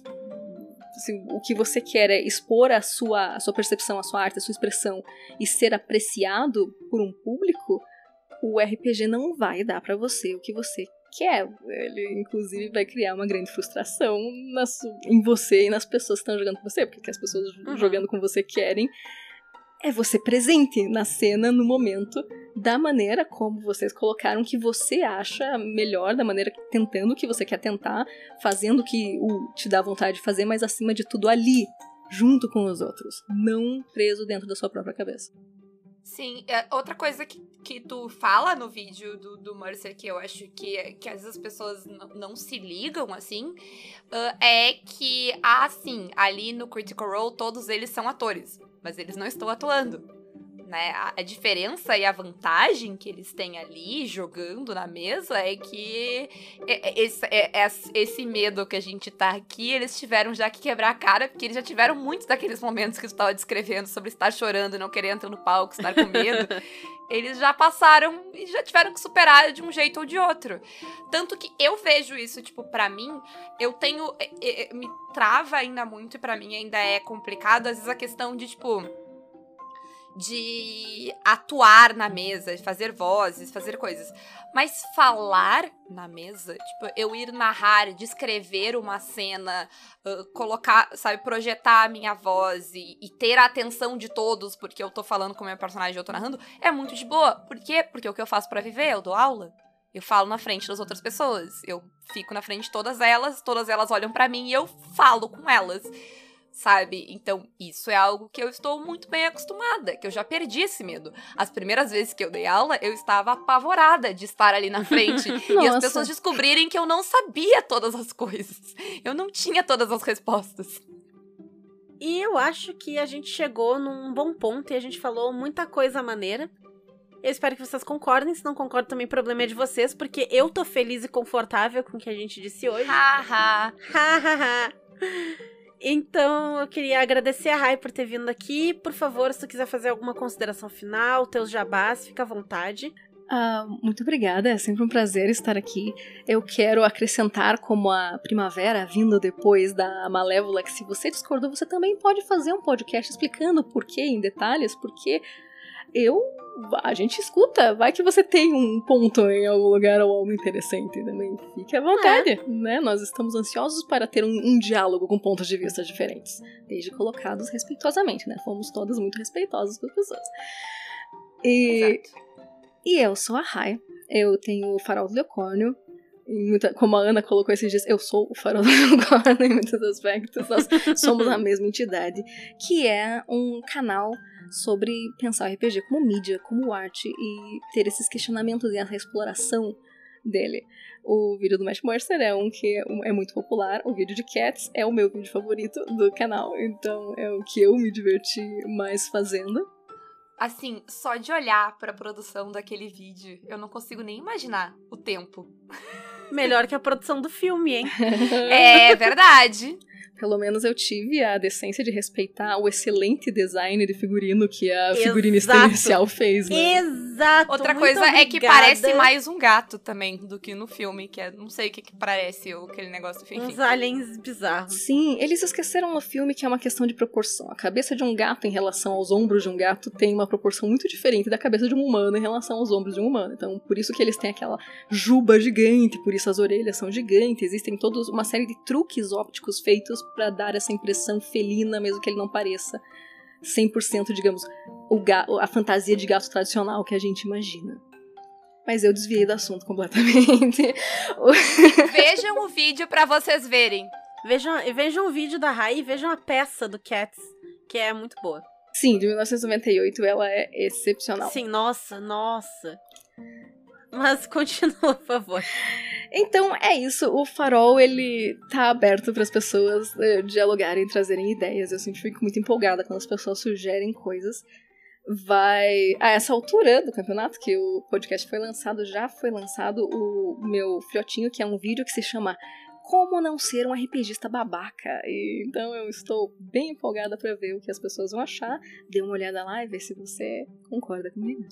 o que você quer é expor a sua percepção, a sua arte, a sua expressão, e ser apreciado por um público, o RPG não vai dar pra você o que você quer. Ele, inclusive, vai criar uma grande frustração em você e nas pessoas que estão jogando com você, porque o que as pessoas jogando com você querem é você presente na cena, no momento, da maneira como vocês colocaram que você acha melhor, da maneira tentando o que você quer tentar, fazendo o que te dá vontade de fazer, mas acima de tudo ali, junto com os outros, não preso dentro da sua própria cabeça. Sim, outra coisa que tu fala no vídeo do Mercer, que eu acho que às vezes as pessoas não se ligam, assim, é que, ali no Critical Role, todos eles são atores, mas eles não estão atuando, né? A diferença e a vantagem que eles têm ali, jogando na mesa, é que esse medo que a gente tá aqui, eles tiveram já que quebrar a cara, porque eles já tiveram muitos daqueles momentos que tu tava descrevendo sobre estar chorando, não querer entrar no palco, estar com medo. Eles já passaram e já tiveram que superar de um jeito ou de outro. Tanto que eu vejo isso, tipo, pra mim, eu tenho... me trava ainda muito, e pra mim ainda é complicado, às vezes a questão de, tipo... de atuar na mesa, de fazer vozes, fazer coisas. Mas falar na mesa, tipo, eu ir narrar, descrever uma cena, colocar, sabe, projetar a minha voz e ter a atenção de todos, porque eu tô falando com o meu personagem e eu tô narrando, é muito de boa. Por quê? Porque o que eu faço pra viver? Eu dou aula. Eu falo na frente das outras pessoas. Eu fico na frente de todas elas olham pra mim e eu falo com elas. Sabe? Então, isso é algo que eu estou muito bem acostumada, que eu já perdi esse medo. As primeiras vezes que eu dei aula, eu estava apavorada de estar ali na frente e as pessoas descobrirem que eu não sabia todas as coisas. Eu não tinha todas as respostas. E eu acho que a gente chegou num bom ponto e a gente falou muita coisa maneira. Eu espero que vocês concordem, se não concordam também o problema é de vocês, porque eu tô feliz e confortável com o que a gente disse hoje. Haha. Então, eu queria agradecer a Rai por ter vindo aqui. Por favor, se tu quiser fazer alguma consideração final, teus jabás, fica à vontade. Muito obrigada, é sempre um prazer estar aqui. Eu quero acrescentar como a primavera vindo depois da Malévola, que se você discordou, você também pode fazer um podcast explicando por quê, em detalhes, porque a gente escuta, vai que você tem um ponto em algum lugar ou algo interessante também. Fique à vontade, né? Nós estamos ansiosos para ter um diálogo com pontos de vista diferentes, desde colocados respeitosamente, né? Fomos todas muito respeitosas com as pessoas. Exato. E eu sou a Rai, eu tenho o Farol do Leocórnio, como a Ana colocou esses dias, eu sou o Farol do Leocórnio em muitos aspectos, nós somos a mesma entidade, que é um canal sobre pensar o RPG como mídia, como arte, e ter esses questionamentos e essa exploração dele. O vídeo do Matt Mercer é um que é muito popular, o vídeo de Cats é o meu vídeo favorito do canal, então é o que eu me diverti mais fazendo. Assim, só de olhar pra produção daquele vídeo, eu não consigo nem imaginar o tempo. Melhor que a produção do filme, hein? É verdade. Pelo menos eu tive a decência de respeitar o excelente design de figurino que a figurinista inicial fez, né? Exato! Outra coisa é que parece mais um gato também do que no filme, que é, não sei o que parece, ou aquele negócio do filme. Uns aliens bizarros. Sim, eles esqueceram no filme que é uma questão de proporção. A cabeça de um gato em relação aos ombros de um gato tem uma proporção muito diferente da cabeça de um humano em relação aos ombros de um humano. Então, por isso que eles têm aquela juba gigante, por isso isso as orelhas são gigantes, existem toda uma série de truques ópticos feitos pra dar essa impressão felina, mesmo que ele não pareça 100%, digamos, a fantasia de gato tradicional que a gente imagina. Mas eu desviei do assunto completamente. Vejam o vídeo pra vocês verem. Vejam o vídeo da Rai e vejam a peça do Cats, que é muito boa. Sim, de 1998 ela é excepcional. Sim, nossa. Mas continua, por favor. Então é isso, o Farol ele tá aberto para as pessoas dialogarem, trazerem ideias. Eu sempre fico muito empolgada quando as pessoas sugerem coisas. A essa altura do campeonato, que o podcast foi lançado, já foi lançado o meu filhotinho, que é um vídeo que se chama Como Não Ser um RPGista Babaca. Então eu estou bem empolgada para ver o que as pessoas vão achar. Dê uma olhada lá e vê se você concorda comigo.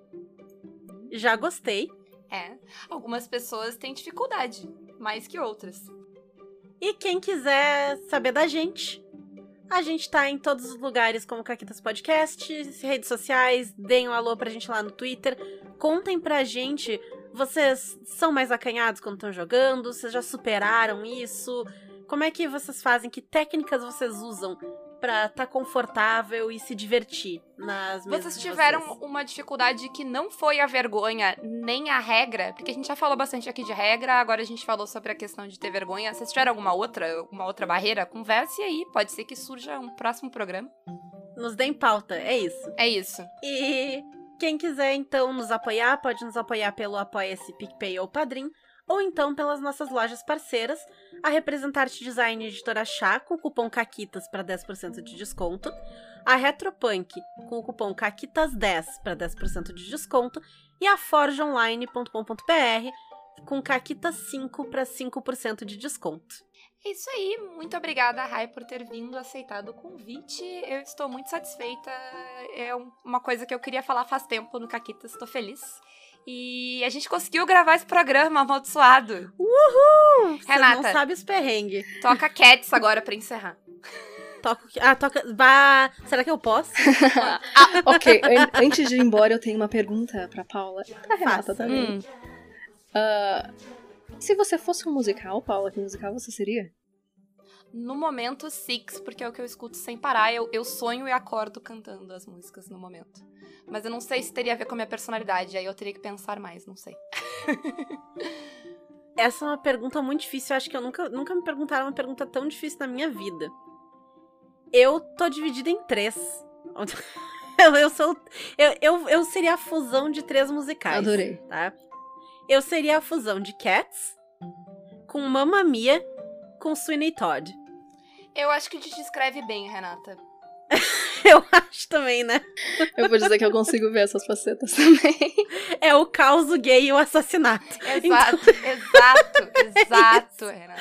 Já gostei. Algumas pessoas têm dificuldade, mais que outras. E quem quiser saber da gente, a gente tá em todos os lugares como Caquitas Podcast, redes sociais, deem um alô pra gente lá no Twitter. Contem pra gente, vocês são mais acanhados quando estão jogando? Vocês já superaram isso? Como é que vocês fazem? Que técnicas vocês usam pra estar confortável e se divertir nas mesas Vocês de tiveram vocês? uma dificuldade que não foi a vergonha, nem a regra, porque a gente já falou bastante aqui de regra, agora a gente falou sobre a questão de ter vergonha. Vocês tiveram alguma outra barreira? Converse aí, pode ser que surja um próximo programa. Nos deem pauta, é isso. É isso. E quem quiser, então, nos apoiar, pode nos apoiar pelo Apoia-se, PicPay ou Padrim, ou então pelas nossas lojas parceiras, a Representarte Design e Editora Chá, com o cupom CAQUITAS para 10% de desconto, a Retropunk, com o cupom CAQUITAS10 para 10% de desconto, e a forgeonline.com.br, com CAQUITAS5 para 5% de desconto. É isso aí, muito obrigada, Rai, por ter vindo, aceitado o convite. Eu estou muito satisfeita, é uma coisa que eu queria falar faz tempo no Caquitas, estou feliz. E a gente conseguiu gravar esse programa amaldiçoado. Uhul! Você Renata, não sabe os perrengues. toca Cats agora pra encerrar. Toca... Será que eu posso? Ok, antes de ir embora eu tenho uma pergunta pra Paula e pra Renata também. Se você fosse um musical, Paula, que musical você seria? No momento, Six, porque é o que eu escuto sem parar. Eu sonho e acordo cantando as músicas no momento. Mas eu não sei se teria a ver com a minha personalidade, aí eu teria que pensar mais, não sei. Essa é uma pergunta muito difícil, eu acho que eu nunca me perguntaram uma pergunta tão difícil na minha vida. Eu tô dividida em 3. Eu seria a fusão de 3 musicais. Adorei. Tá? Eu seria a fusão de Cats com Mamma Mia com Sweeney Todd. Eu acho que te descreve bem, Renata. Eu acho também, né? Eu vou dizer que eu consigo ver essas facetas também. É o caos gay e o assassinato. Exato, Então... exato, Renata.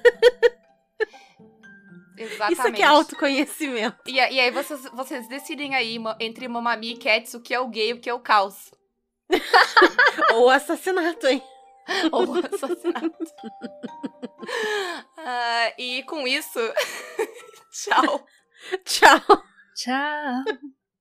Exatamente. Isso aqui é autoconhecimento. E aí vocês decidem aí entre Mamma Mia e Cats o que é o gay e o que é o caos. Ou assassinato, hein? Ou assassinato. E com isso, tchau. Tchau. Tchau.